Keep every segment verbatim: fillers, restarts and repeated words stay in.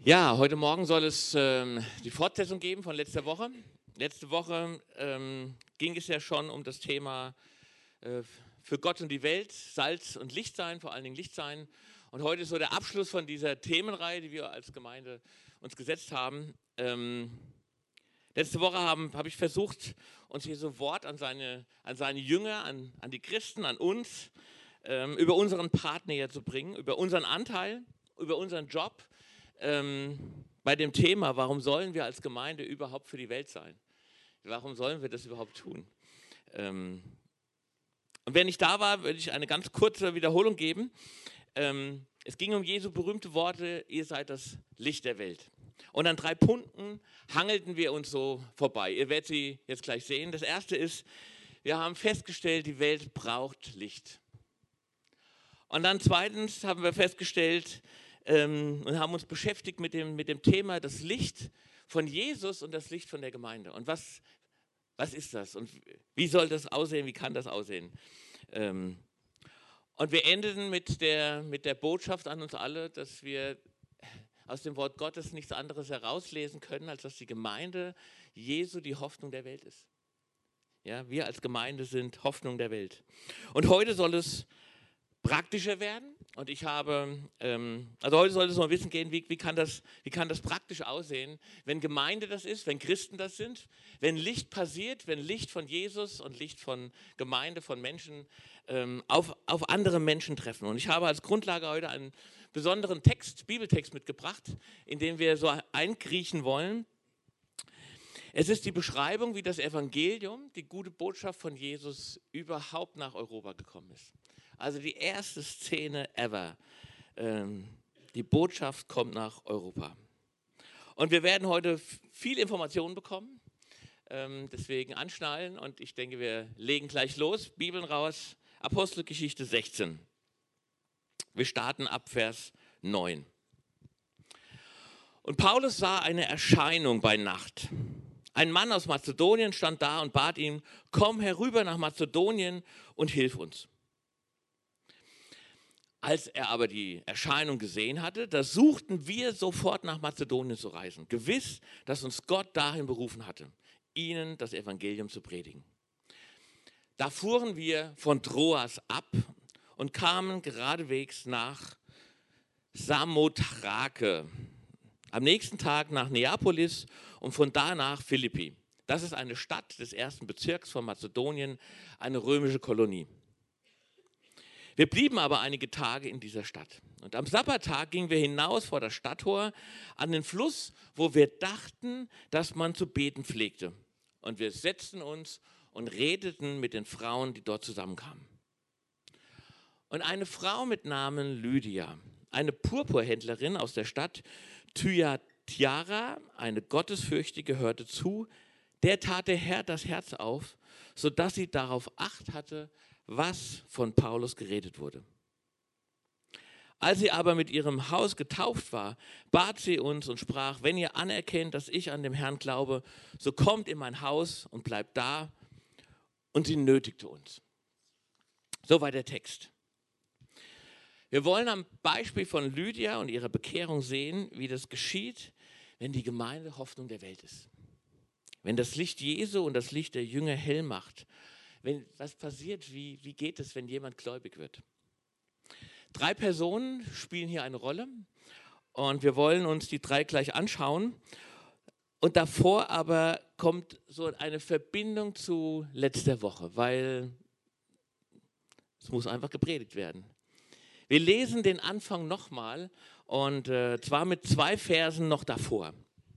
Ja, heute Morgen soll es ähm, die Fortsetzung geben von letzter Woche. Letzte Woche ähm, ging es ja schon um das Thema äh, für Gott und die Welt, Salz und Licht sein, vor allen Dingen Licht sein. Und heute ist so der Abschluss von dieser Themenreihe, die wir als Gemeinde uns gesetzt haben. Ähm, letzte Woche habe hab ich versucht, uns hier so Wort an seine, an seine Jünger, an, an die Christen, an uns, ähm, über unseren Part näher zu bringen, über unseren Anteil, über unseren Job. Ähm, bei dem Thema, warum sollen wir als Gemeinde überhaupt für die Welt sein? Warum sollen wir das überhaupt tun? Ähm, und wer nicht da war, würde ich eine ganz kurze Wiederholung geben. Ähm, es ging um Jesu berühmte Worte, ihr seid das Licht der Welt. Und an drei Punkten hangelten wir uns so vorbei. Ihr werdet sie jetzt gleich sehen. Das erste ist, wir haben festgestellt, die Welt braucht Licht. Und dann zweitens haben wir festgestellt, Ähm, und haben uns beschäftigt mit dem, mit dem Thema das Licht von Jesus und das Licht von der Gemeinde. Und was, was ist das? Und wie soll das aussehen? Wie kann das aussehen? Ähm, und wir endeten mit der, mit der Botschaft an uns alle, dass wir aus dem Wort Gottes nichts anderes herauslesen können, als dass die Gemeinde Jesu die Hoffnung der Welt ist. Ja, wir als Gemeinde sind Hoffnung der Welt. Und heute soll es praktischer werden. Und ich habe, ähm, also heute soll es mal wissen gehen, wie, wie, kann das, wie kann das praktisch aussehen, wenn Gemeinde das ist, wenn Christen das sind, wenn Licht passiert, wenn Licht von Jesus und Licht von Gemeinde, von Menschen ähm, auf, auf andere Menschen treffen. Und ich habe als Grundlage heute einen besonderen Text, Bibeltext mitgebracht, in den wir so einkriechen wollen. Es ist die Beschreibung, wie das Evangelium, die gute Botschaft von Jesus, überhaupt nach Europa gekommen ist. Also die erste Szene ever. Ähm, die Botschaft kommt nach Europa. Und wir werden heute viel Informationen bekommen. Ähm, deswegen anschnallen und ich denke, wir legen gleich los. Bibeln raus, Apostelgeschichte sechzehn. Wir starten ab Vers neun. Und Paulus sah eine Erscheinung bei Nacht. Ein Mann aus Mazedonien stand da und bat ihn, komm herüber nach Mazedonien und hilf uns. Als er aber die Erscheinung gesehen hatte, da suchten wir sofort nach Mazedonien zu reisen. Gewiss, dass uns Gott dahin berufen hatte, ihnen das Evangelium zu predigen. Da fuhren wir von Troas ab und kamen geradewegs nach Samothrake. Am nächsten Tag nach Neapolis und von da nach Philippi. Das ist eine Stadt des ersten Bezirks von Mazedonien, eine römische Kolonie. Wir blieben aber einige Tage in dieser Stadt. Und am Sabbattag gingen wir hinaus vor das Stadttor an den Fluss, wo wir dachten, dass man zu beten pflegte. Und wir setzten uns und redeten mit den Frauen, die dort zusammenkamen. Und eine Frau mit Namen Lydia, eine Purpurhändlerin aus der Stadt Thyatira, eine Gottesfürchtige, hörte zu, der tat der Herr das Herz auf, sodass sie darauf Acht hatte, was von Paulus geredet wurde. Als sie aber mit ihrem Haus getauft war, bat sie uns und sprach, wenn ihr anerkennt, dass ich an den Herrn glaube, so kommt in mein Haus und bleibt da. Und sie nötigte uns. Soweit der Text. Wir wollen am Beispiel von Lydia und ihrer Bekehrung sehen, wie das geschieht, wenn die Gemeinde Hoffnung der Welt ist. Wenn das Licht Jesu und das Licht der Jünger hell macht. Wenn, was passiert, wie, wie geht es, wenn jemand gläubig wird? Drei Personen spielen hier eine Rolle und wir wollen uns die drei gleich anschauen. Und davor aber kommt so eine Verbindung zu letzter Woche, weil es muss einfach gepredigt werden. Wir lesen den Anfang nochmal und äh, zwar mit zwei Versen noch davor.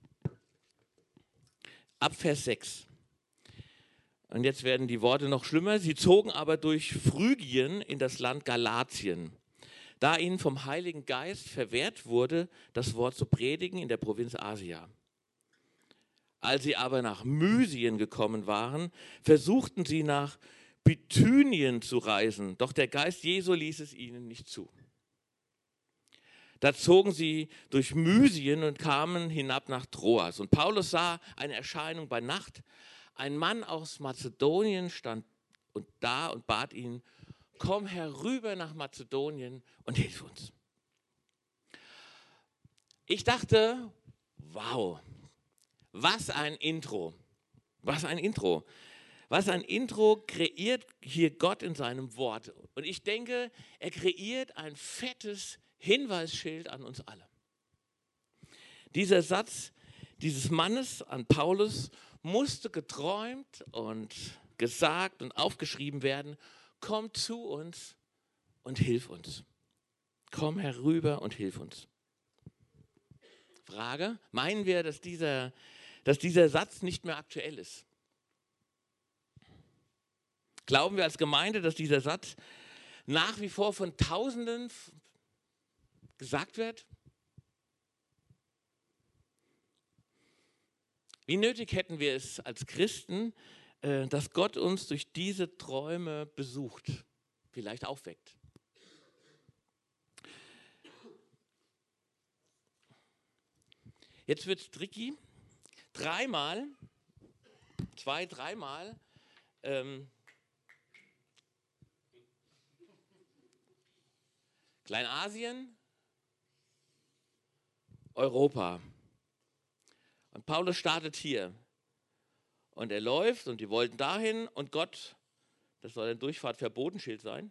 Ab Vers sechs. Und jetzt werden die Worte noch schlimmer. Sie zogen aber durch Phrygien in das Land Galatien, da ihnen vom Heiligen Geist verwehrt wurde, das Wort zu predigen in der Provinz Asia. Als sie aber nach Mysien gekommen waren, versuchten sie nach Bithynien zu reisen, doch der Geist Jesu ließ es ihnen nicht zu. Da zogen sie durch Mysien und kamen hinab nach Troas. Und Paulus sah eine Erscheinung bei Nacht. Ein Mann aus Mazedonien stand und da und bat ihn, komm herüber nach Mazedonien und hilf uns. Ich dachte, wow, was ein Intro, was ein Intro, was ein Intro kreiert hier Gott in seinem Wort. Und ich denke, er kreiert ein fettes Hinweisschild an uns alle. Dieser Satz dieses Mannes an Paulus musste geträumt und gesagt und aufgeschrieben werden: Komm zu uns und hilf uns. Komm herüber und hilf uns. Frage: Meinen wir, dass dieser, dass dieser Satz nicht mehr aktuell ist? Glauben wir als Gemeinde, dass dieser Satz nach wie vor von Tausenden gesagt wird? Wie nötig hätten wir es als Christen, dass Gott uns durch diese Träume besucht, vielleicht aufweckt? Jetzt wird es tricky. Dreimal, zwei, dreimal ähm, Kleinasien, Europa. Und Paulus startet hier. Und er läuft und die wollten dahin und Gott, das soll ein Durchfahrtverbotenschild sein.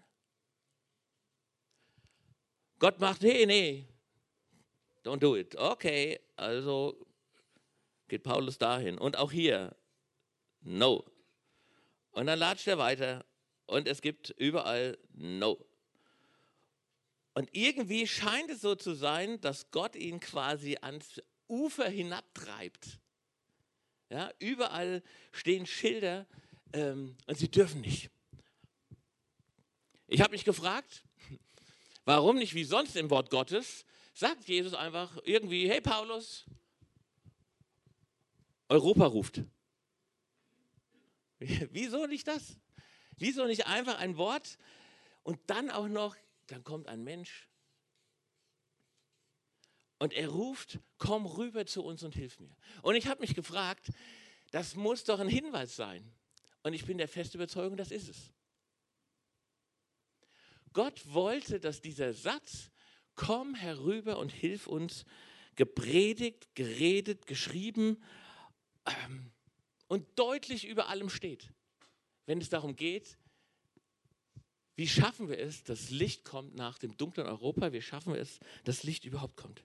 Gott macht, hey, nee, don't do it. Okay, also geht Paulus dahin. Und auch hier, no. Und dann latscht er weiter und es gibt überall no. Und irgendwie scheint es so zu sein, dass Gott ihn quasi ans Ufer hinabtreibt. Ja, überall stehen Schilder ähm, und sie dürfen nicht. Ich habe mich gefragt, warum nicht wie sonst im Wort Gottes, sagt Jesus einfach irgendwie, hey Paulus, Europa ruft. Wieso nicht das? Wieso nicht einfach ein Wort und dann auch noch, dann kommt ein Mensch und er ruft, komm rüber zu uns und hilf mir. Und ich habe mich gefragt, das muss doch ein Hinweis sein. Und ich bin der festen Überzeugung, das ist es. Gott wollte, dass dieser Satz, komm herüber und hilf uns, gepredigt, geredet, geschrieben ähm, und deutlich über allem steht. Wenn es darum geht, wie schaffen wir es, dass Licht kommt nach dem dunklen Europa? Wie schaffen wir es, dass Licht überhaupt kommt?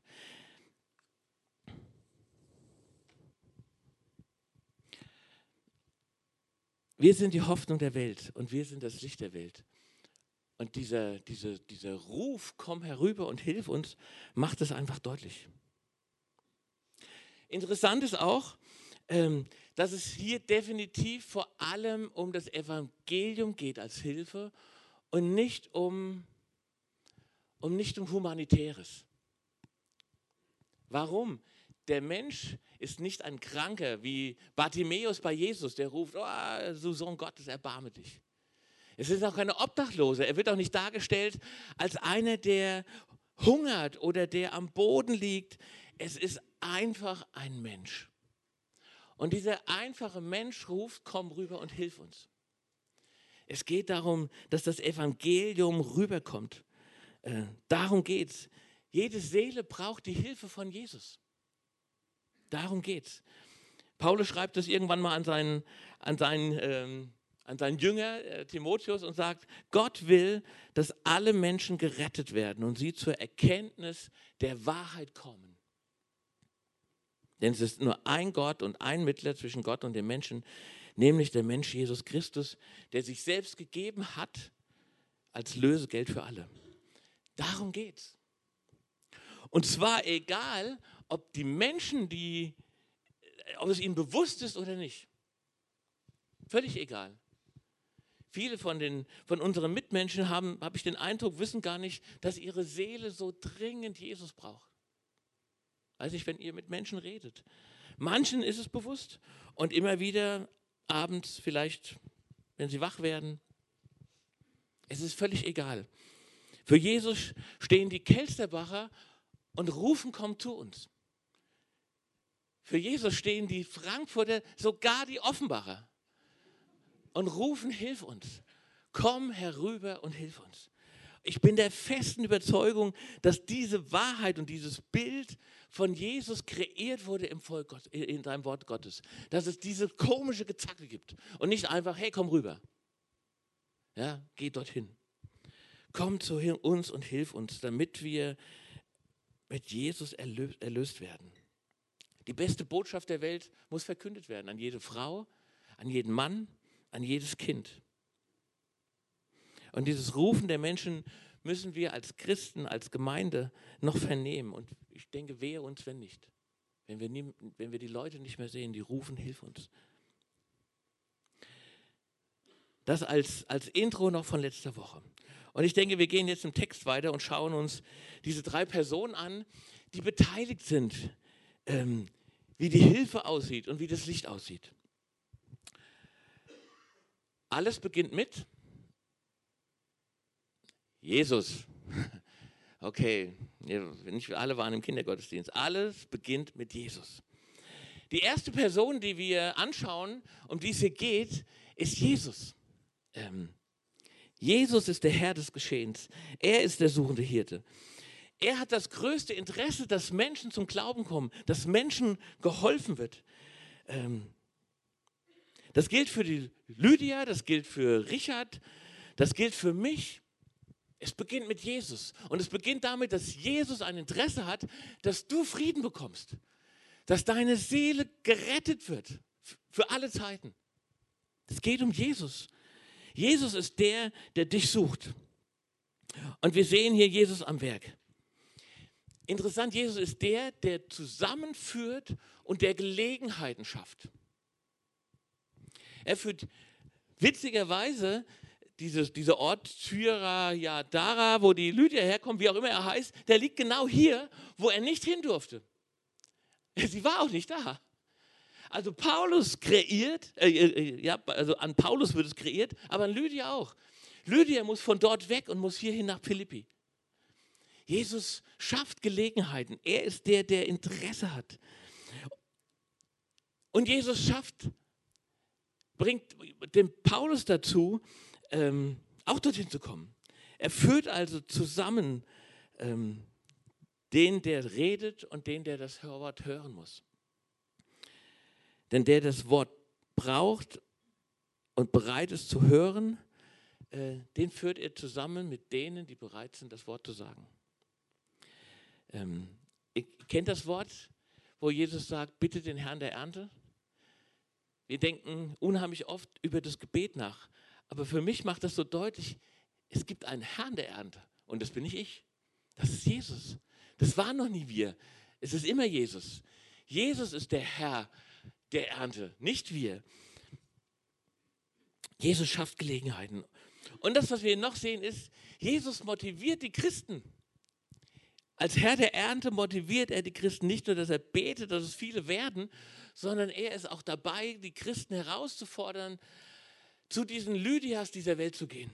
Wir sind die Hoffnung der Welt und wir sind das Licht der Welt. Und dieser, dieser, dieser Ruf, komm herüber und hilf uns, macht es einfach deutlich. Interessant ist auch, ähm, dass es hier definitiv vor allem um das Evangelium geht als Hilfe und nicht um, um nicht um Humanitäres. Warum? Der Mensch ist nicht ein Kranker wie Bartimäus bei Jesus, der ruft, oh, du Sohn Gottes, erbarme dich. Es ist auch keine Obdachlose. Er wird auch nicht dargestellt als einer, der hungert oder der am Boden liegt. Es ist einfach ein Mensch. Und dieser einfache Mensch ruft, komm rüber und hilf uns. Es geht darum, dass das Evangelium rüberkommt. Äh, darum geht es. Jede Seele braucht die Hilfe von Jesus. Darum geht es. Paulus schreibt es irgendwann mal an seinen, an seinen, ähm, an seinen Jünger äh, Timotheus und sagt, Gott will, dass alle Menschen gerettet werden und sie zur Erkenntnis der Wahrheit kommen. Denn es ist nur ein Gott und ein Mittler zwischen Gott und dem Menschen, nämlich der Mensch Jesus Christus, der sich selbst gegeben hat als Lösegeld für alle. Darum geht's. Und zwar egal, ob die Menschen, die, ob es ihnen bewusst ist oder nicht. Völlig egal. Viele von, den, von unseren Mitmenschen haben, habe ich den Eindruck, wissen gar nicht, dass ihre Seele so dringend Jesus braucht. Weiß ich, wenn ihr mit Menschen redet. Manchen ist es bewusst und immer wieder abends vielleicht, wenn sie wach werden. Es ist völlig egal. Für Jesus stehen die Kelsterbacher und rufen, komm zu uns. Für Jesus stehen die Frankfurter, sogar die Offenbacher und rufen, hilf uns. Komm herüber und hilf uns. Ich bin der festen Überzeugung, dass diese Wahrheit und dieses Bild von Jesus kreiert wurde im Volk Gott, in seinem Wort Gottes. Dass es diese komische Gezacke gibt und nicht einfach, hey, komm rüber. Ja, geh dorthin. Komm zu uns und hilf uns, damit wir mit Jesus erlöst, erlöst werden. Die beste Botschaft der Welt muss verkündet werden an jede Frau, an jeden Mann, an jedes Kind. Und dieses Rufen der Menschen müssen wir als Christen, als Gemeinde noch vernehmen. Und ich denke, wehe uns, wenn nicht. Wenn wir, nie, wenn wir die Leute nicht mehr sehen, die rufen, hilf uns. Das als, als Intro noch von letzter Woche. Und ich denke, wir gehen jetzt im Text weiter und schauen uns diese drei Personen an, die beteiligt sind, ähm, wie die Hilfe aussieht und wie das Licht aussieht. Alles beginnt mit Jesus. Okay, nicht alle waren im Kindergottesdienst. Alles beginnt mit Jesus. Die erste Person, die wir anschauen, um die es hier geht, ist Jesus. Ähm, Jesus ist der Herr des Geschehens. Er ist der suchende Hirte. Er hat das größte Interesse, dass Menschen zum Glauben kommen, dass Menschen geholfen wird. Ähm, das gilt für die Lydia, das gilt für Richard, das gilt für mich. Es beginnt mit Jesus. Und es beginnt damit, dass Jesus ein Interesse hat, dass du Frieden bekommst. Dass deine Seele gerettet wird. Für alle Zeiten. Es geht um Jesus. Jesus ist der, der dich sucht. Und wir sehen hier Jesus am Werk. Interessant, Jesus ist der, der zusammenführt und der Gelegenheiten schafft. Er führt witzigerweise Dieses, dieser Ort Tyra-Yadara, wo die Lydia herkommt, wie auch immer er heißt, der liegt genau hier, wo er nicht hin durfte. Sie war auch nicht da. Also Paulus kreiert, äh, äh, ja, also an Paulus wird es kreiert, aber an Lydia auch. Lydia muss von dort weg und muss hierhin nach Philippi. Jesus schafft Gelegenheiten. Er ist der, der Interesse hat. Und Jesus schafft, bringt den Paulus dazu, Ähm, auch dorthin zu kommen. Er führt also zusammen ähm, den, der redet und den, der das Wort hören muss. Denn der das Wort braucht und bereit ist zu hören, äh, den führt er zusammen mit denen, die bereit sind, das Wort zu sagen. Ähm, ihr kennt das Wort, wo Jesus sagt, bitte den Herrn der Ernte? Wir denken unheimlich oft über das Gebet nach. Aber für mich macht das so deutlich, es gibt einen Herrn der Ernte und das bin nicht ich. Das ist Jesus. Das waren noch nie wir. Es ist immer Jesus. Jesus ist der Herr der Ernte, nicht wir. Jesus schafft Gelegenheiten. Und das, was wir noch sehen, ist, Jesus motiviert die Christen. Als Herr der Ernte motiviert er die Christen nicht nur, dass er betet, dass es viele werden, sondern er ist auch dabei, die Christen herauszufordern, zu diesen Lydias dieser Welt zu gehen.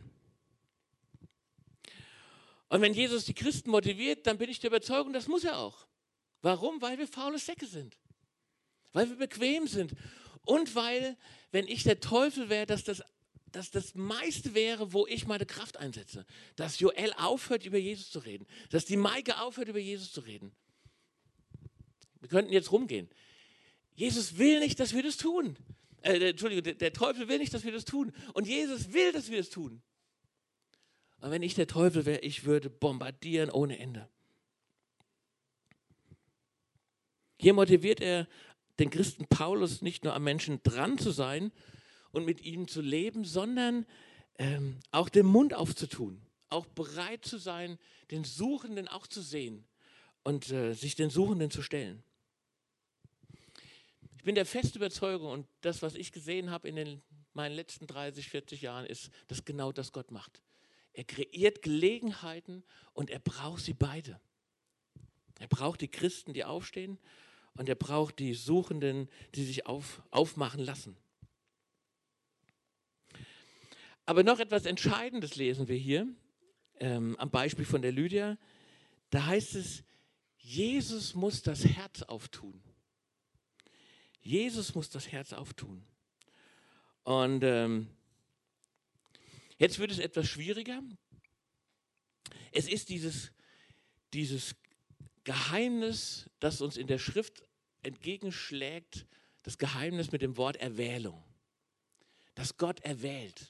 Und wenn Jesus die Christen motiviert, dann bin ich der Überzeugung, das muss er auch. Warum? Weil wir faule Säcke sind. Weil wir bequem sind. Und weil, wenn ich der Teufel wäre, dass das, dass das meiste wäre, wo ich meine Kraft einsetze. Dass Joel aufhört, über Jesus zu reden. Dass die Maike aufhört, über Jesus zu reden. Wir könnten jetzt rumgehen. Jesus will nicht, dass wir das tun. Äh, Entschuldigung, der, der Teufel will nicht, dass wir das tun. Und Jesus will, dass wir das tun. Und wenn ich der Teufel wäre, ich würde bombardieren ohne Ende. Hier motiviert er den Christen Paulus nicht nur am Menschen dran zu sein und mit ihnen zu leben, sondern ähm, auch den Mund aufzutun. Auch bereit zu sein, den Suchenden auch zu sehen und äh, sich den Suchenden zu stellen. Ich bin der festen Überzeugung und das, was ich gesehen habe in den, meinen letzten dreißig, vierzig Jahren, ist, dass genau das Gott macht. Er kreiert Gelegenheiten und er braucht sie beide. Er braucht die Christen, die aufstehen, und er braucht die Suchenden, die sich auf, aufmachen lassen. Aber noch etwas Entscheidendes lesen wir hier, ähm, am Beispiel von der Lydia. Da heißt es, Jesus muss das Herz auftun. Jesus muss das Herz auftun. Und ähm, jetzt wird es etwas schwieriger. Es ist dieses, dieses Geheimnis, das uns in der Schrift entgegenschlägt, das Geheimnis mit dem Wort Erwählung. Dass Gott erwählt.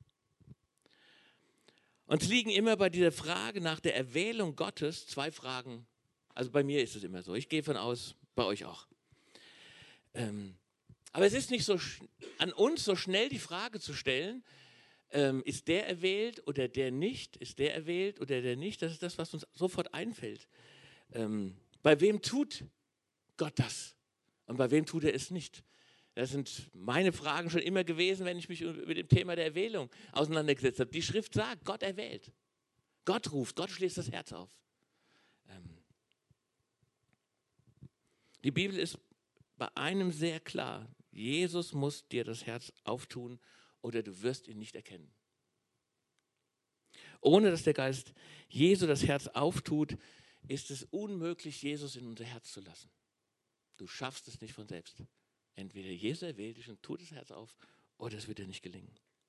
Uns liegen immer bei dieser Frage nach der Erwählung Gottes zwei Fragen. Also bei mir ist es immer so. Ich gehe von aus, bei euch auch. Ähm, aber es ist nicht so an uns, so schnell die Frage zu stellen, ähm, ist der erwählt oder der nicht? Ist der erwählt oder der nicht? Das ist das, was uns sofort einfällt. Ähm, bei wem tut Gott das? Und bei wem tut er es nicht? Das sind meine Fragen schon immer gewesen, wenn ich mich mit dem Thema der Erwählung auseinandergesetzt habe. Die Schrift sagt, Gott erwählt. Gott ruft, Gott schließt das Herz auf. Ähm, die Bibel ist bei einem sehr klar. Jesus muss dir das Herz auftun oder du wirst ihn nicht erkennen. Ohne dass der Geist Jesu das Herz auftut, ist es unmöglich, Jesus in unser Herz zu lassen. Du schaffst es nicht von selbst. Entweder Jesus erwählt dich und tut das Herz auf, oder es wird dir nicht gelingen.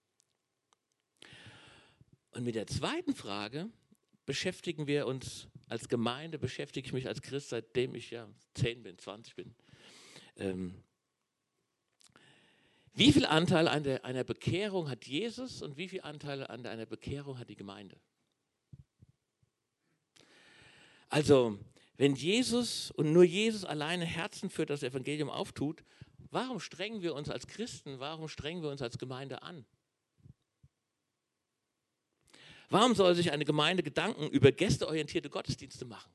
Und mit der zweiten Frage beschäftigen wir uns als Gemeinde, beschäftige ich mich als Christ, seitdem ich ja zehn bin, zwanzig bin. Ähm, wie viel Anteil an der, einer Bekehrung hat Jesus und wie viel Anteil an einer Bekehrung hat die Gemeinde? Also, wenn Jesus und nur Jesus alleine Herzen für das Evangelium auftut, warum strengen wir uns als Christen, warum strengen wir uns als Gemeinde an? Warum soll sich eine Gemeinde Gedanken über gästeorientierte Gottesdienste machen?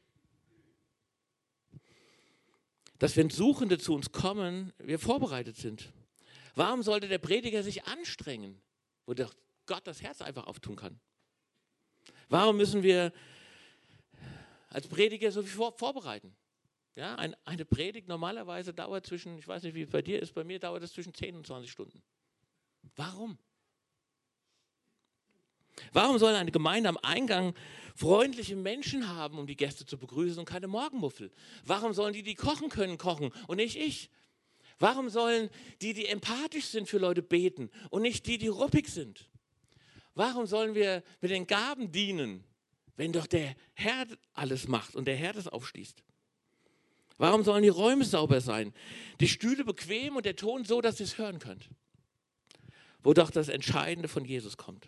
Dass wenn Suchende zu uns kommen, wir vorbereitet sind. Warum sollte der Prediger sich anstrengen, wo doch Gott das Herz einfach auftun kann? Warum müssen wir als Prediger so viel vor, vorbereiten? Ja, ein, eine Predigt normalerweise dauert zwischen, ich weiß nicht, wie es bei dir ist, bei mir dauert es zwischen zehn und zwanzig Stunden. Warum? Warum soll eine Gemeinde am Eingang freundliche Menschen haben, um die Gäste zu begrüßen und keine Morgenmuffel? Warum sollen die, die kochen können, kochen und nicht ich? Warum sollen die, die empathisch sind für Leute, beten und nicht die, die ruppig sind? Warum sollen wir mit den Gaben dienen, wenn doch der Herr alles macht und der Herr das aufschließt? Warum sollen die Räume sauber sein, die Stühle bequem und der Ton so, dass ihr es hören könnt? Wo doch das Entscheidende von Jesus kommt.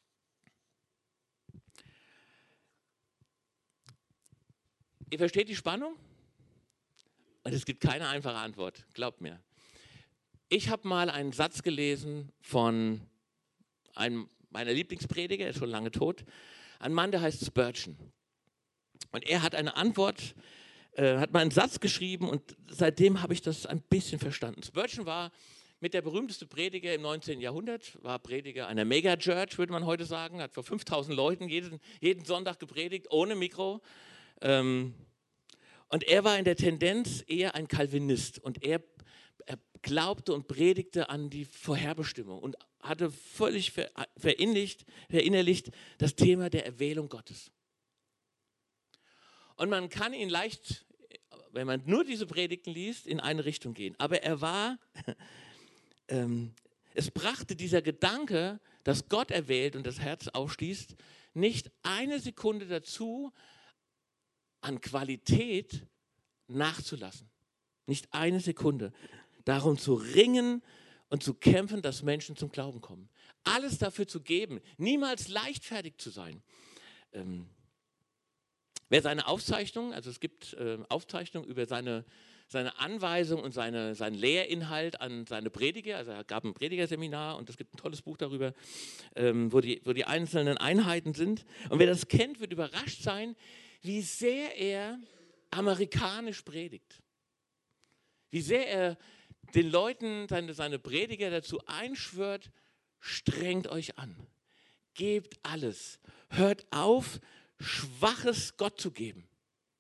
Ihr versteht die Spannung? Und es gibt keine einfache Antwort, glaubt mir. Ich habe mal einen Satz gelesen von einem meiner Lieblingsprediger, er ist schon lange tot, ein Mann, der heißt Spurgeon. Und er hat eine Antwort, äh, hat mal einen Satz geschrieben und seitdem habe ich das ein bisschen verstanden. Spurgeon war mit der berühmteste Prediger im neunzehnten Jahrhundert, war Prediger einer Mega-Church, würde man heute sagen, hat vor fünftausend Leuten jeden, jeden Sonntag gepredigt, ohne Mikro. Ähm, und er war in der Tendenz eher ein Calvinist und er, er glaubte und predigte an die Vorherbestimmung und hatte völlig ver, verinnerlicht, verinnerlicht das Thema der Erwählung Gottes. Und man kann ihn leicht, wenn man nur diese Predigten liest, in eine Richtung gehen. Aber er war, ähm, es brachte dieser Gedanke, dass Gott erwählt und das Herz aufschließt, nicht eine Sekunde dazu, an Qualität nachzulassen. Nicht eine Sekunde. Darum zu ringen und zu kämpfen, dass Menschen zum Glauben kommen. Alles dafür zu geben, niemals leichtfertig zu sein. Ähm, wer seine Aufzeichnung, also es gibt äh, Aufzeichnungen über seine, seine Anweisung und seine, seinen Lehrinhalt an seine Prediger, also er gab ein Predigerseminar und es gibt ein tolles Buch darüber, ähm, wo, die, wo die einzelnen Einheiten sind. Und wer das kennt, wird überrascht sein, wie sehr er amerikanisch predigt. Wie sehr er den Leuten, seine, seine Prediger dazu einschwört, strengt euch an. Gebt alles. Hört auf, Schwaches Gott zu geben.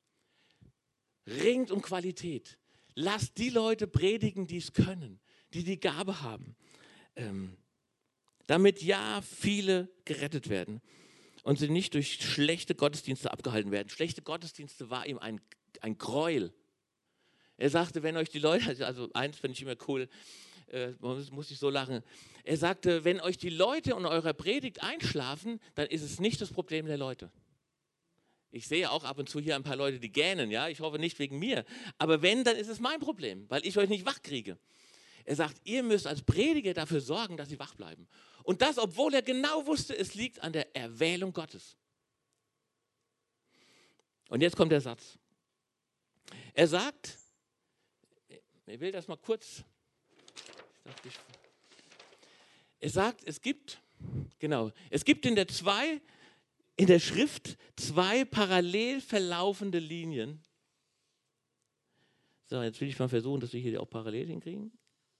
Ringt um Qualität. Lasst die Leute predigen, die es können, die die Gabe haben. Ähm, damit ja viele gerettet werden. Und sie nicht durch schlechte Gottesdienste abgehalten werden. Schlechte Gottesdienste war ihm ein, ein Gräuel. Er sagte, wenn euch die Leute, also eins finde ich immer cool, äh, muss, muss ich so lachen. Er sagte, wenn euch die Leute in eurer Predigt einschlafen, dann ist es nicht das Problem der Leute. Ich sehe auch ab und zu hier ein paar Leute, die gähnen, ja, ich hoffe nicht wegen mir. Aber wenn, dann ist es mein Problem, weil ich euch nicht wach kriege. Er sagt, ihr müsst als Prediger dafür sorgen, dass sie wach bleiben. Und das, obwohl er genau wusste, es liegt an der Erwählung Gottes. Und jetzt kommt der Satz. Er sagt, ich will das mal kurz, er sagt, es gibt, genau, es gibt in der zwei, in der Schrift zwei parallel verlaufende Linien. So, jetzt will ich mal versuchen, dass wir hier auch parallel hinkriegen.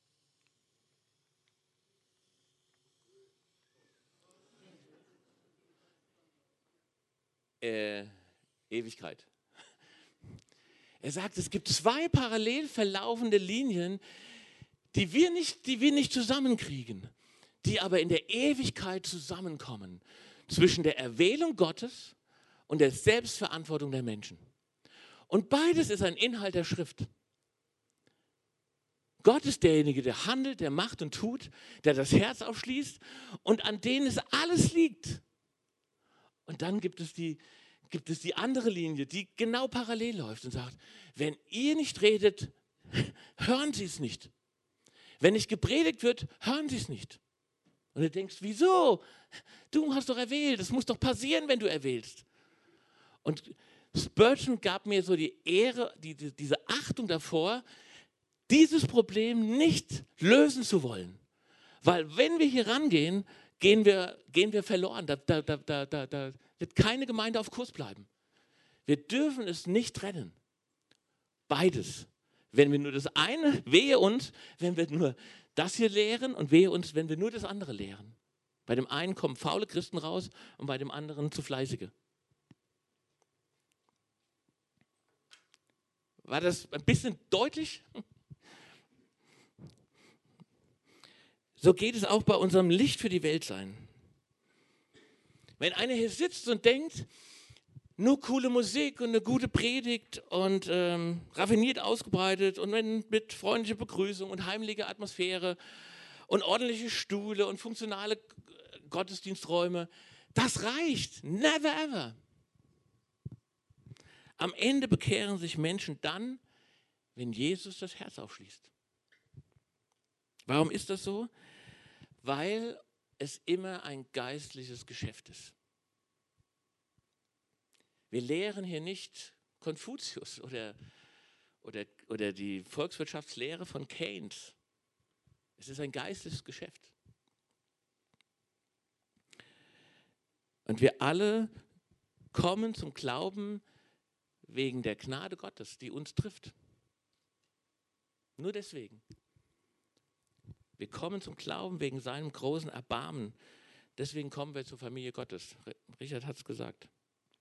Äh, Ewigkeit. Er sagt, es gibt zwei parallel verlaufende Linien, die wir nicht, die wir nicht zusammenkriegen, die aber in der Ewigkeit zusammenkommen, zwischen der Erwählung Gottes und der Selbstverantwortung der Menschen. Und beides ist ein Inhalt der Schrift. Gott ist derjenige, der handelt, der macht und tut, der das Herz aufschließt und an denen es alles liegt. Und dann gibt es die, gibt es die andere Linie, die genau parallel läuft und sagt, wenn ihr nicht redet, hören sie es nicht. Wenn nicht gepredigt wird, hören sie es nicht. Und du denkst, wieso? Du hast doch erwählt, es muss doch passieren, wenn du erwählst. Und Spurgeon gab mir so die Ehre, die, die, diese Achtung davor, dieses Problem nicht lösen zu wollen. Weil wenn wir hier rangehen, gehen wir, gehen wir verloren. Da, da, da, da, da, da wird keine Gemeinde auf Kurs bleiben. Wir dürfen es nicht trennen. Beides. Wenn wir nur das eine, wehe uns, wenn wir nur das hier lehren und wehe uns, wenn wir nur das andere lehren. Bei dem einen kommen faule Christen raus und bei dem anderen zu fleißige. War das ein bisschen deutlich? So geht es auch bei unserem Licht für die Welt sein. Wenn einer hier sitzt und denkt, nur coole Musik und eine gute Predigt und ähm, raffiniert ausgebreitet und mit freundlicher Begrüßung und heimlicher Atmosphäre und ordentliche Stühle und funktionale Gottesdiensträume, das reicht. Never ever. Am Ende bekehren sich Menschen dann, wenn Jesus das Herz aufschließt. Warum ist das so? Weil es immer ein geistliches Geschäft ist. Wir lehren hier nicht Konfuzius oder, oder, oder die Volkswirtschaftslehre von Keynes. Es ist ein geistliches Geschäft. Und wir alle kommen zum Glauben wegen der Gnade Gottes, die uns trifft. Nur deswegen. Wir kommen zum Glauben wegen seinem großen Erbarmen. Deswegen kommen wir zur Familie Gottes. Richard hat es gesagt.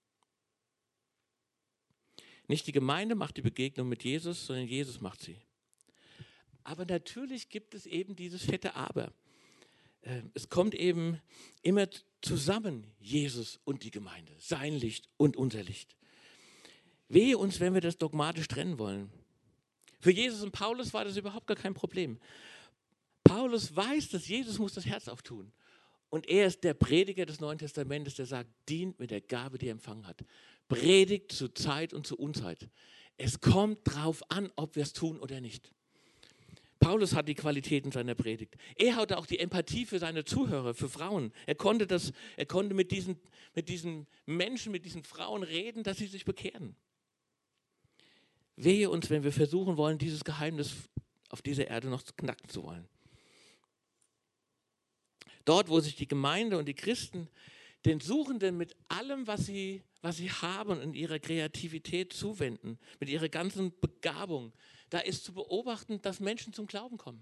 Nicht die Gemeinde macht die Begegnung mit Jesus, sondern Jesus macht sie. Aber natürlich gibt es eben dieses fette Aber. Es kommt eben immer zusammen, Jesus und die Gemeinde, sein Licht und unser Licht. Wehe uns, wenn wir das dogmatisch trennen wollen. Für Jesus und Paulus war das überhaupt gar kein Problem. Paulus weiß, dass Jesus muss das Herz auftun. Und er ist der Prediger des Neuen Testamentes, der sagt, dient mit der Gabe, die er empfangen hat. Predigt zu Zeit und zu Unzeit. Es kommt drauf an, ob wir es tun oder nicht. Paulus hat die Qualitäten seiner Predigt. Er hatte auch die Empathie für seine Zuhörer, für Frauen. Er konnte, das, er konnte mit, diesen, mit diesen Menschen, mit diesen Frauen reden, dass sie sich bekehren. Wehe uns, wenn wir versuchen wollen, dieses Geheimnis auf dieser Erde noch knacken zu wollen. Dort, wo sich die Gemeinde und die Christen den Suchenden mit allem, was sie, was sie haben, in ihrer Kreativität zuwenden, mit ihrer ganzen Begabung, da ist zu beobachten, dass Menschen zum Glauben kommen.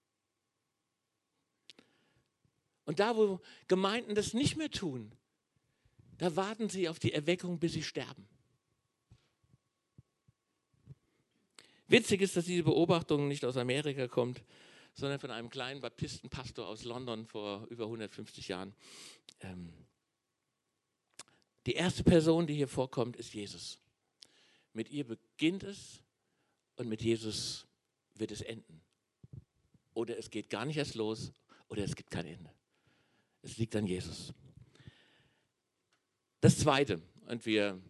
Und da, wo Gemeinden das nicht mehr tun, da warten sie auf die Erweckung, bis sie sterben. Witzig ist, dass diese Beobachtung nicht aus Amerika kommt, sondern von einem kleinen Baptistenpastor aus London vor über hundertfünfzig Jahren. Ähm, die erste Person, die hier vorkommt, ist Jesus. Mit ihr beginnt es und mit Jesus wird es enden. oder es geht gar nicht erst los oder es gibt kein Ende. Es liegt an Jesus. Das Zweite, und wir,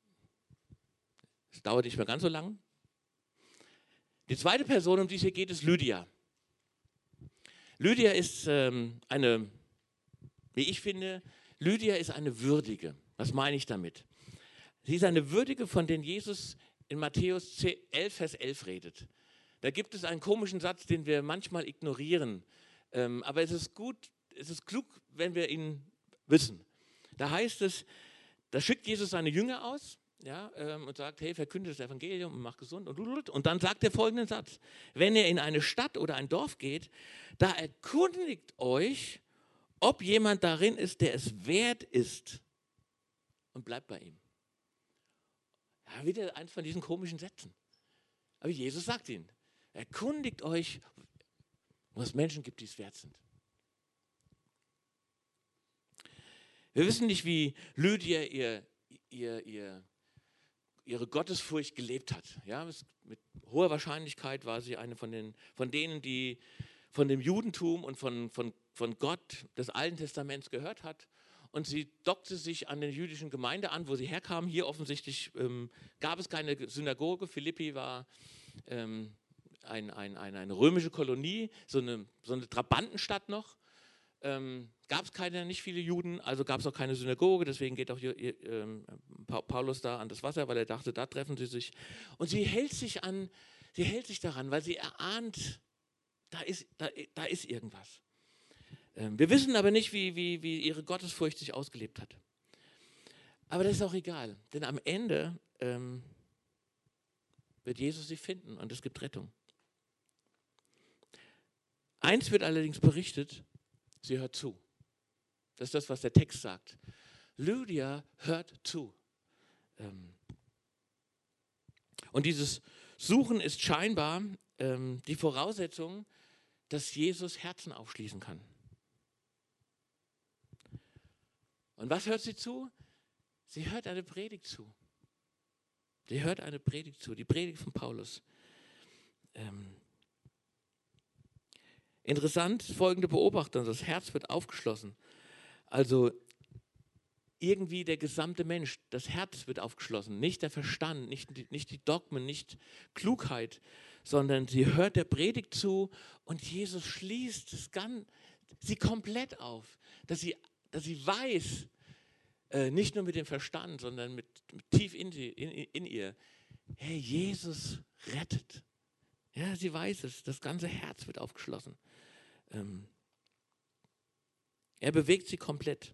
es dauert nicht mehr ganz so lang. Die zweite Person, um die es hier geht, ist Lydia. Lydia ist ähm, eine, wie ich finde, Lydia ist eine Würdige. Was meine ich damit? Sie ist eine Würdige, von der Jesus in Matthäus elf, Vers elf redet. Da gibt es einen komischen Satz, den wir manchmal ignorieren. Ähm, aber es ist gut, es ist klug, wenn wir ihn wissen. Da heißt es, da schickt Jesus seine Jünger aus, ja, ähm, und sagt, hey, verkündet das Evangelium und macht gesund. Und, und dann sagt er folgenden Satz: Wenn ihr in eine Stadt oder ein Dorf geht, da erkundigt euch, ob jemand darin ist, der es wert ist, und bleibt bei ihm. Ja, wieder eins von diesen komischen Sätzen. Aber Jesus sagt ihnen, erkundigt euch, wo es Menschen gibt, die es wert sind. Wir wissen nicht, wie Lydia ihr, ihr, ihr, ihre Gottesfurcht gelebt hat. Ja, mit hoher Wahrscheinlichkeit war sie eine von, den, von denen, die von dem Judentum und von, von, von Gott des Alten Testaments gehört hat. Und sie dockte sich an der jüdischen Gemeinde an, wo sie herkam. Hier offensichtlich ähm, gab es keine Synagoge. Philippi war ähm, ein, ein, ein, eine römische Kolonie, so eine, so eine Trabantenstadt noch. Ähm, gab es keine, nicht viele Juden, also gab es auch keine Synagoge, deswegen geht auch hier, ähm, Paulus da an das Wasser, weil er dachte, da treffen sie sich. Und sie hält sich an, sie hält sich daran, weil sie erahnt, da ist, da, da ist irgendwas. Ähm, wir wissen aber nicht, wie, wie, wie ihre Gottesfurcht sich ausgelebt hat. Aber das ist auch egal, denn am Ende ähm, wird Jesus sie finden und es gibt Rettung. Eins wird allerdings berichtet: Sie hört zu. Das ist das, was der Text sagt. Lydia hört zu. Und dieses Suchen ist scheinbar die Voraussetzung, dass Jesus Herzen aufschließen kann. Und was hört sie zu? Sie hört eine Predigt zu. Sie hört eine Predigt zu, die Predigt von Paulus. Ähm, Interessant, folgende Beobachtung: Das Herz wird aufgeschlossen. Also irgendwie der gesamte Mensch, das Herz wird aufgeschlossen, nicht der Verstand, nicht die, nicht die Dogmen, nicht Klugheit, sondern sie hört der Predigt zu und Jesus schließt das Gan- sie komplett auf, dass sie, dass sie weiß, äh, nicht nur mit dem Verstand, sondern mit, mit tief in, sie, in, in ihr, hey, Jesus rettet. Ja, sie weiß es, das ganze Herz wird aufgeschlossen. Ähm, er bewegt sie komplett.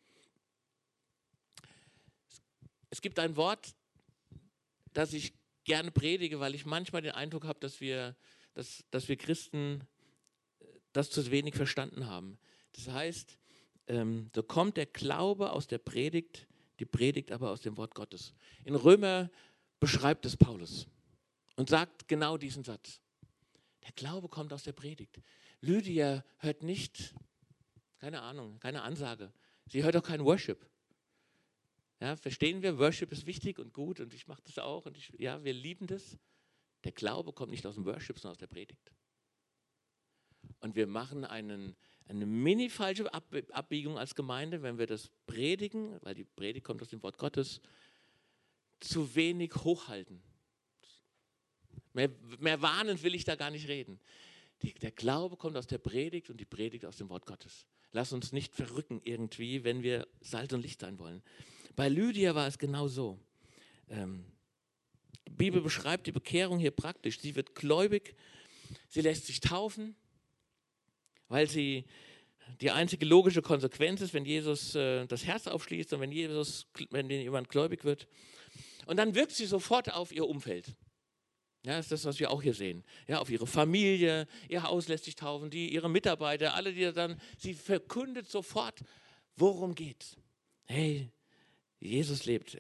Es gibt ein Wort, das ich gerne predige, weil ich manchmal den Eindruck habe, dass wir, dass, dass wir Christen das zu wenig verstanden haben. Das heißt, ähm, so kommt der Glaube aus der Predigt, die Predigt aber aus dem Wort Gottes. In Römer beschreibt es Paulus und sagt genau diesen Satz. Der Glaube kommt aus der Predigt. Lydia hört nicht, keine Ahnung, keine Ansage. Sie hört auch kein Worship. Ja, verstehen wir, Worship ist wichtig und gut und ich mache das auch und ich, ja, wir lieben das. Der Glaube kommt nicht aus dem Worship, sondern aus der Predigt. Und wir machen einen, eine mini falsche Abbiegung als Gemeinde, wenn wir das predigen, weil die Predigt kommt aus dem Wort Gottes, zu wenig hochhalten. Mehr, mehr warnend will ich da gar nicht reden. Die, der Glaube kommt aus der Predigt und die Predigt aus dem Wort Gottes. Lass uns nicht verrücken irgendwie, wenn wir Salz und Licht sein wollen. Bei Lydia war es genau so. Ähm, die Bibel beschreibt die Bekehrung hier praktisch. Sie wird gläubig, sie lässt sich taufen, weil sie die einzige logische Konsequenz ist, wenn Jesus äh, das Herz aufschließt und wenn, Jesus, wenn jemand gläubig wird. Und dann wirkt sie sofort auf ihr Umfeld. Ja, das ist das, was wir auch hier sehen. Ja, auf ihre Familie, ihr Haus lässt sich taufen, die, ihre Mitarbeiter, alle, die dann, sie verkündet sofort, worum geht's. Hey, Jesus lebt.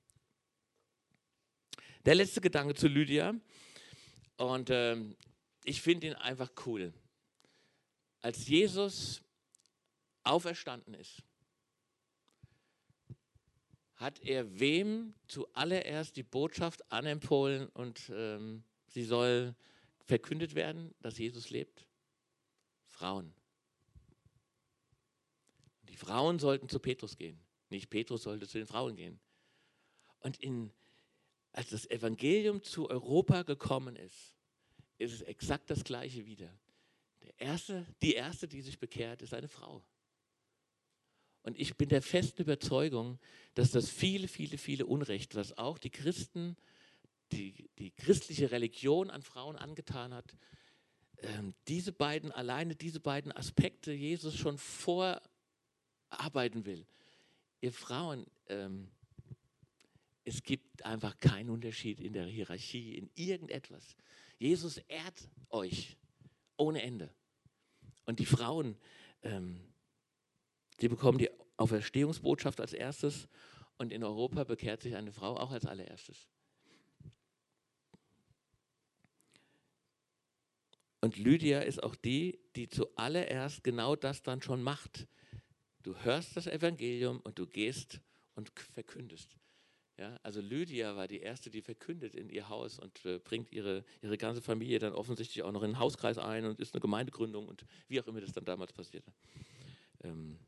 Der letzte Gedanke zu Lydia, und ähm, ich finde ihn einfach cool. Als Jesus auferstanden ist, hat er wem zuallererst die Botschaft anempfohlen und ähm, sie soll verkündet werden, dass Jesus lebt? Frauen. Die Frauen sollten zu Petrus gehen, nicht Petrus sollte zu den Frauen gehen. Und in, als das Evangelium zu Europa gekommen ist, ist es exakt das Gleiche wieder. Der erste, die erste, die sich bekehrt, ist eine Frau. Und ich bin der festen Überzeugung, dass das viele, viele, viele Unrecht, was auch die Christen, die, die christliche Religion an Frauen angetan hat, ähm, diese beiden, alleine diese beiden Aspekte Jesus schon vorarbeiten will. Ihr Frauen, ähm, es gibt einfach keinen Unterschied in der Hierarchie, in irgendetwas. Jesus ehrt euch ohne Ende. Und die Frauen, ähm, die bekommen die Auferstehungsbotschaft als erstes und in Europa bekehrt sich eine Frau auch als allererstes. Und Lydia ist auch die, die zuallererst genau das dann schon macht. Du hörst das Evangelium und du gehst und verkündest. Ja, also Lydia war die erste, die verkündet in ihr Haus und äh, bringt ihre, ihre ganze Familie dann offensichtlich auch noch in den Hauskreis ein und ist eine Gemeindegründung und wie auch immer das dann damals passierte. Ähm,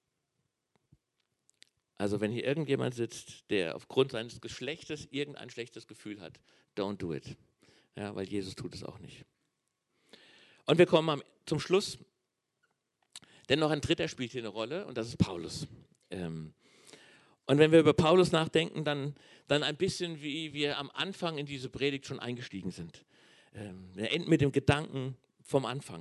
Also wenn hier irgendjemand sitzt, der aufgrund seines Geschlechtes irgendein schlechtes Gefühl hat, don't do it. Ja, weil Jesus tut es auch nicht. Und wir kommen am, zum Schluss. Denn noch ein dritter spielt hier eine Rolle und das ist Paulus. Ähm, und wenn wir über Paulus nachdenken, dann, dann ein bisschen wie wir am Anfang in diese Predigt schon eingestiegen sind. Ähm, wir enden mit dem Gedanken vom Anfang.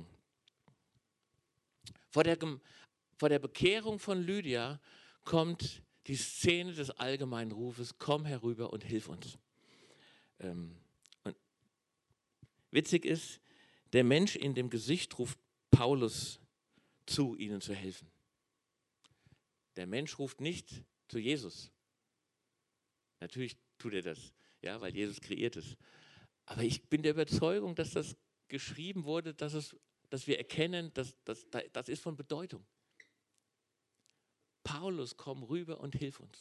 Vor der, vor der Bekehrung von Lydia kommt die Szene des allgemeinen Rufes, komm herüber und hilf uns. Ähm, und witzig ist, der Mensch in dem Gesicht ruft Paulus zu, ihnen zu helfen. Der Mensch ruft nicht zu Jesus. Natürlich tut er das, ja, weil Jesus kreiert ist. Aber ich bin der Überzeugung, dass das geschrieben wurde, dass, es, dass wir erkennen, dass, dass, das ist von Bedeutung. Paulus, komm rüber und hilf uns.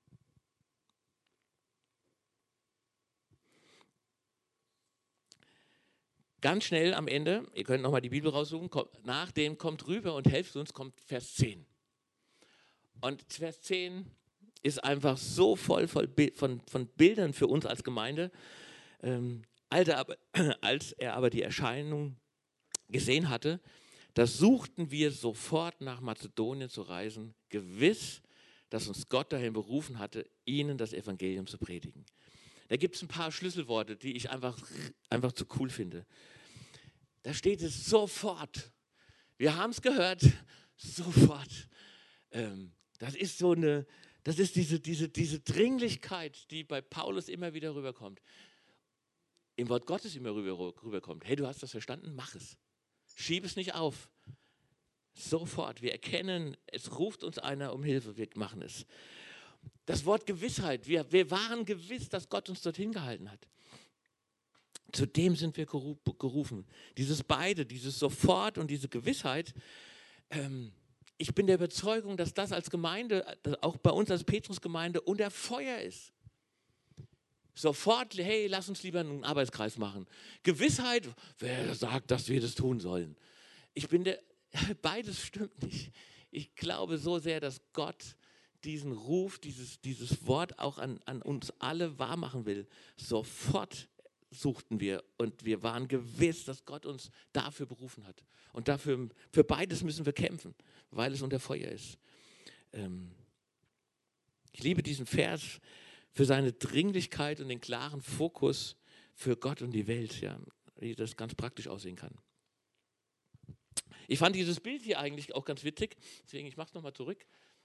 Ganz schnell am Ende, ihr könnt nochmal die Bibel raussuchen, kommt, nach dem kommt rüber und helft uns, kommt Vers zehn. Und Vers zehn ist einfach so voll von, von, von Bildern für uns als Gemeinde. Ähm, als, er aber, als er aber die Erscheinung gesehen hatte, da suchten wir sofort nach Mazedonien zu reisen, gewiss, dass uns Gott dahin berufen hatte, ihnen das Evangelium zu predigen. Da gibt es ein paar Schlüsselworte, die ich einfach, einfach zu cool finde. Da steht es sofort. Wir haben es gehört, sofort. Ähm, das ist so eine, das ist diese, diese, diese Dringlichkeit, die bei Paulus immer wieder rüberkommt. Im Wort Gottes immer rüber, rüberkommt. Hey, du hast das verstanden? Mach es. Schieb es nicht auf. Sofort. Wir erkennen, es ruft uns einer um Hilfe. Wir machen es. Das Wort Gewissheit. Wir, wir waren gewiss, dass Gott uns dorthin gehalten hat. Zu dem sind wir gerufen. Dieses beide, dieses Sofort und diese Gewissheit. Ähm, ich bin der Überzeugung, dass das als Gemeinde, auch bei uns als Petrusgemeinde, unter Feuer ist. Sofort, hey, lass uns lieber einen Arbeitskreis machen. Gewissheit, wer sagt, dass wir das tun sollen? Ich bin der, beides stimmt nicht. Ich glaube so sehr, dass Gott diesen Ruf, dieses, dieses Wort auch an, an uns alle wahrmachen will. Sofort suchten wir und wir waren gewiss, dass Gott uns dafür berufen hat. Und dafür, für beides müssen wir kämpfen, weil es unter Feuer ist. Ähm, ich liebe diesen Vers für seine Dringlichkeit und den klaren Fokus für Gott und die Welt, ja, wie das ganz praktisch aussehen kann. Ich fand dieses Bild hier eigentlich auch ganz witzig, deswegen ich mache es nochmal zurück.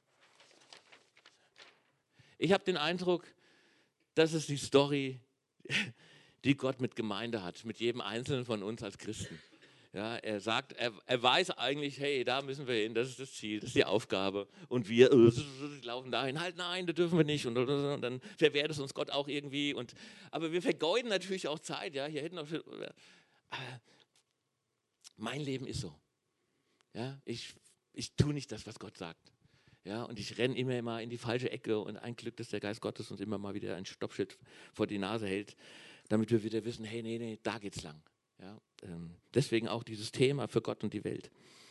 Ich habe den Eindruck, das ist die Story, die Gott mit Gemeinde hat, mit jedem Einzelnen von uns als Christen. Ja, er sagt, er, er weiß eigentlich, hey, da müssen wir hin, das ist das Ziel, das ist die Aufgabe. Und wir äh, laufen dahin, halt nein, da dürfen wir nicht. Und, und, und dann verwehrt es uns Gott auch irgendwie. Und, aber wir vergeuden natürlich auch Zeit. Ja, hier hätten auch, äh, mein Leben ist so. Ja, ich, ich tue nicht das, was Gott sagt. Ja, und ich renne immer mal in die falsche Ecke und ein Glück, dass der Geist Gottes uns immer mal wieder ein Stoppschild vor die Nase hält, damit wir wieder wissen, hey, nee, nee, da geht's lang. Ja, ähm, deswegen auch dieses Thema für Gott und die Welt.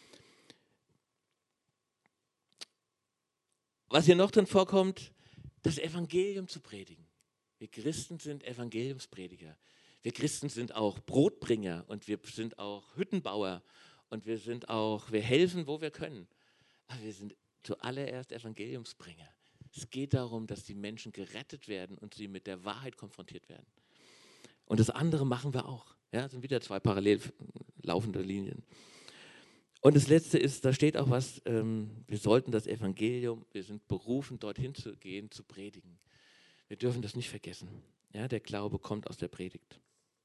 Was hier noch drin vorkommt, das Evangelium zu predigen. Wir Christen sind Evangeliumsprediger. Wir Christen sind auch Brotbringer und wir sind auch Hüttenbauer und wir sind auch, wir helfen, wo wir können. Aber wir sind zuallererst Evangeliumsbringer. Es geht darum, dass die Menschen gerettet werden und sie mit der Wahrheit konfrontiert werden. Und das andere machen wir auch. Ja, das sind wieder zwei parallel laufende Linien. Und das Letzte ist, da steht auch was, ähm, wir sollten das Evangelium, wir sind berufen, dorthin zu gehen, zu predigen. Wir dürfen das nicht vergessen. Ja, der Glaube kommt aus der Predigt.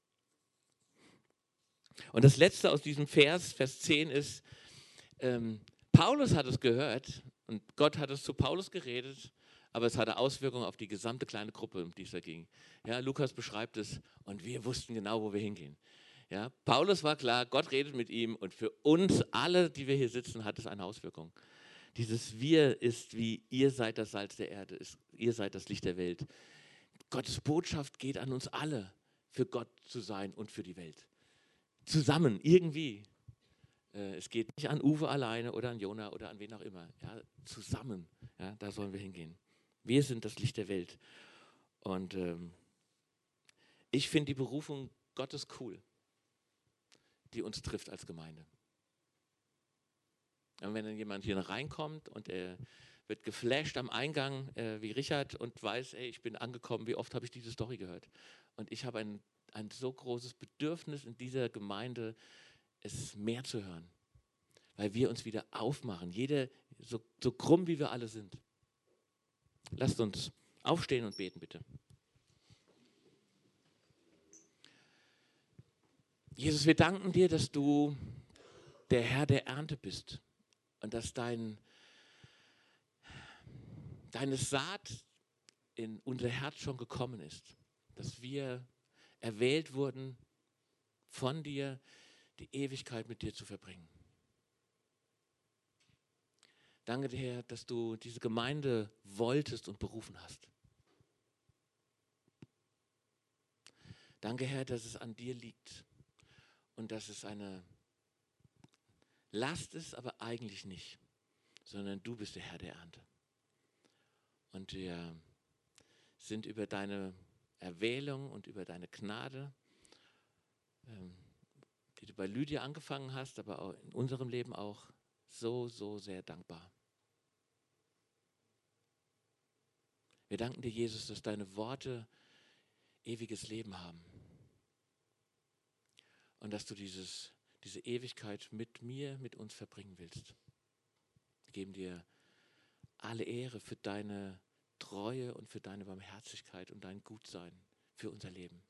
Und das Letzte aus diesem Vers, Vers zehn ist, ähm, Paulus hat es gehört und Gott hat es zu Paulus geredet, aber es hatte Auswirkungen auf die gesamte kleine Gruppe, um die es da ging. Ja, Lukas beschreibt es und wir wussten genau, wo wir hingehen. Ja, Paulus war klar, Gott redet mit ihm und für uns alle, die wir hier sitzen, hat es eine Auswirkung. Dieses Wir ist wie, ihr seid das Salz der Erde, ist, ihr seid das Licht der Welt. Gottes Botschaft geht an uns alle, für Gott zu sein und für die Welt. Zusammen, irgendwie. Äh, es geht nicht an Uwe alleine oder an Jona oder an wen auch immer. Ja, zusammen, ja, da sollen wir hingehen. Wir sind das Licht der Welt. Und ähm, ich finde die Berufung Gottes cool, die uns trifft als Gemeinde. Und wenn dann jemand hier reinkommt und er wird geflasht am Eingang, äh, wie Richard, und weiß, ey, ich bin angekommen, wie oft habe ich diese Story gehört. Und ich habe ein, ein so großes Bedürfnis in dieser Gemeinde, es mehr zu hören. Weil wir uns wieder aufmachen, jeder, so, so krumm wie wir alle sind. Lasst uns aufstehen und beten, bitte. Jesus, wir danken dir, dass du der Herr der Ernte bist und dass dein, deine Saat in unser Herz schon gekommen ist, dass wir erwählt wurden, von dir die Ewigkeit mit dir zu verbringen. Danke dir, Herr, dass du diese Gemeinde wolltest und berufen hast. Danke, Herr, dass es an dir liegt und dass es eine Last ist, aber eigentlich nicht, sondern du bist der Herr der Ernte. Und wir sind über deine Erwählung und über deine Gnade, ähm, die du bei Lydia angefangen hast, aber auch in unserem Leben auch, so, so sehr dankbar. Wir danken dir, Jesus, dass deine Worte ewiges Leben haben und dass du dieses, diese Ewigkeit mit mir, mit uns verbringen willst. Wir geben dir alle Ehre für deine Treue und für deine Barmherzigkeit und dein Gutsein für unser Leben.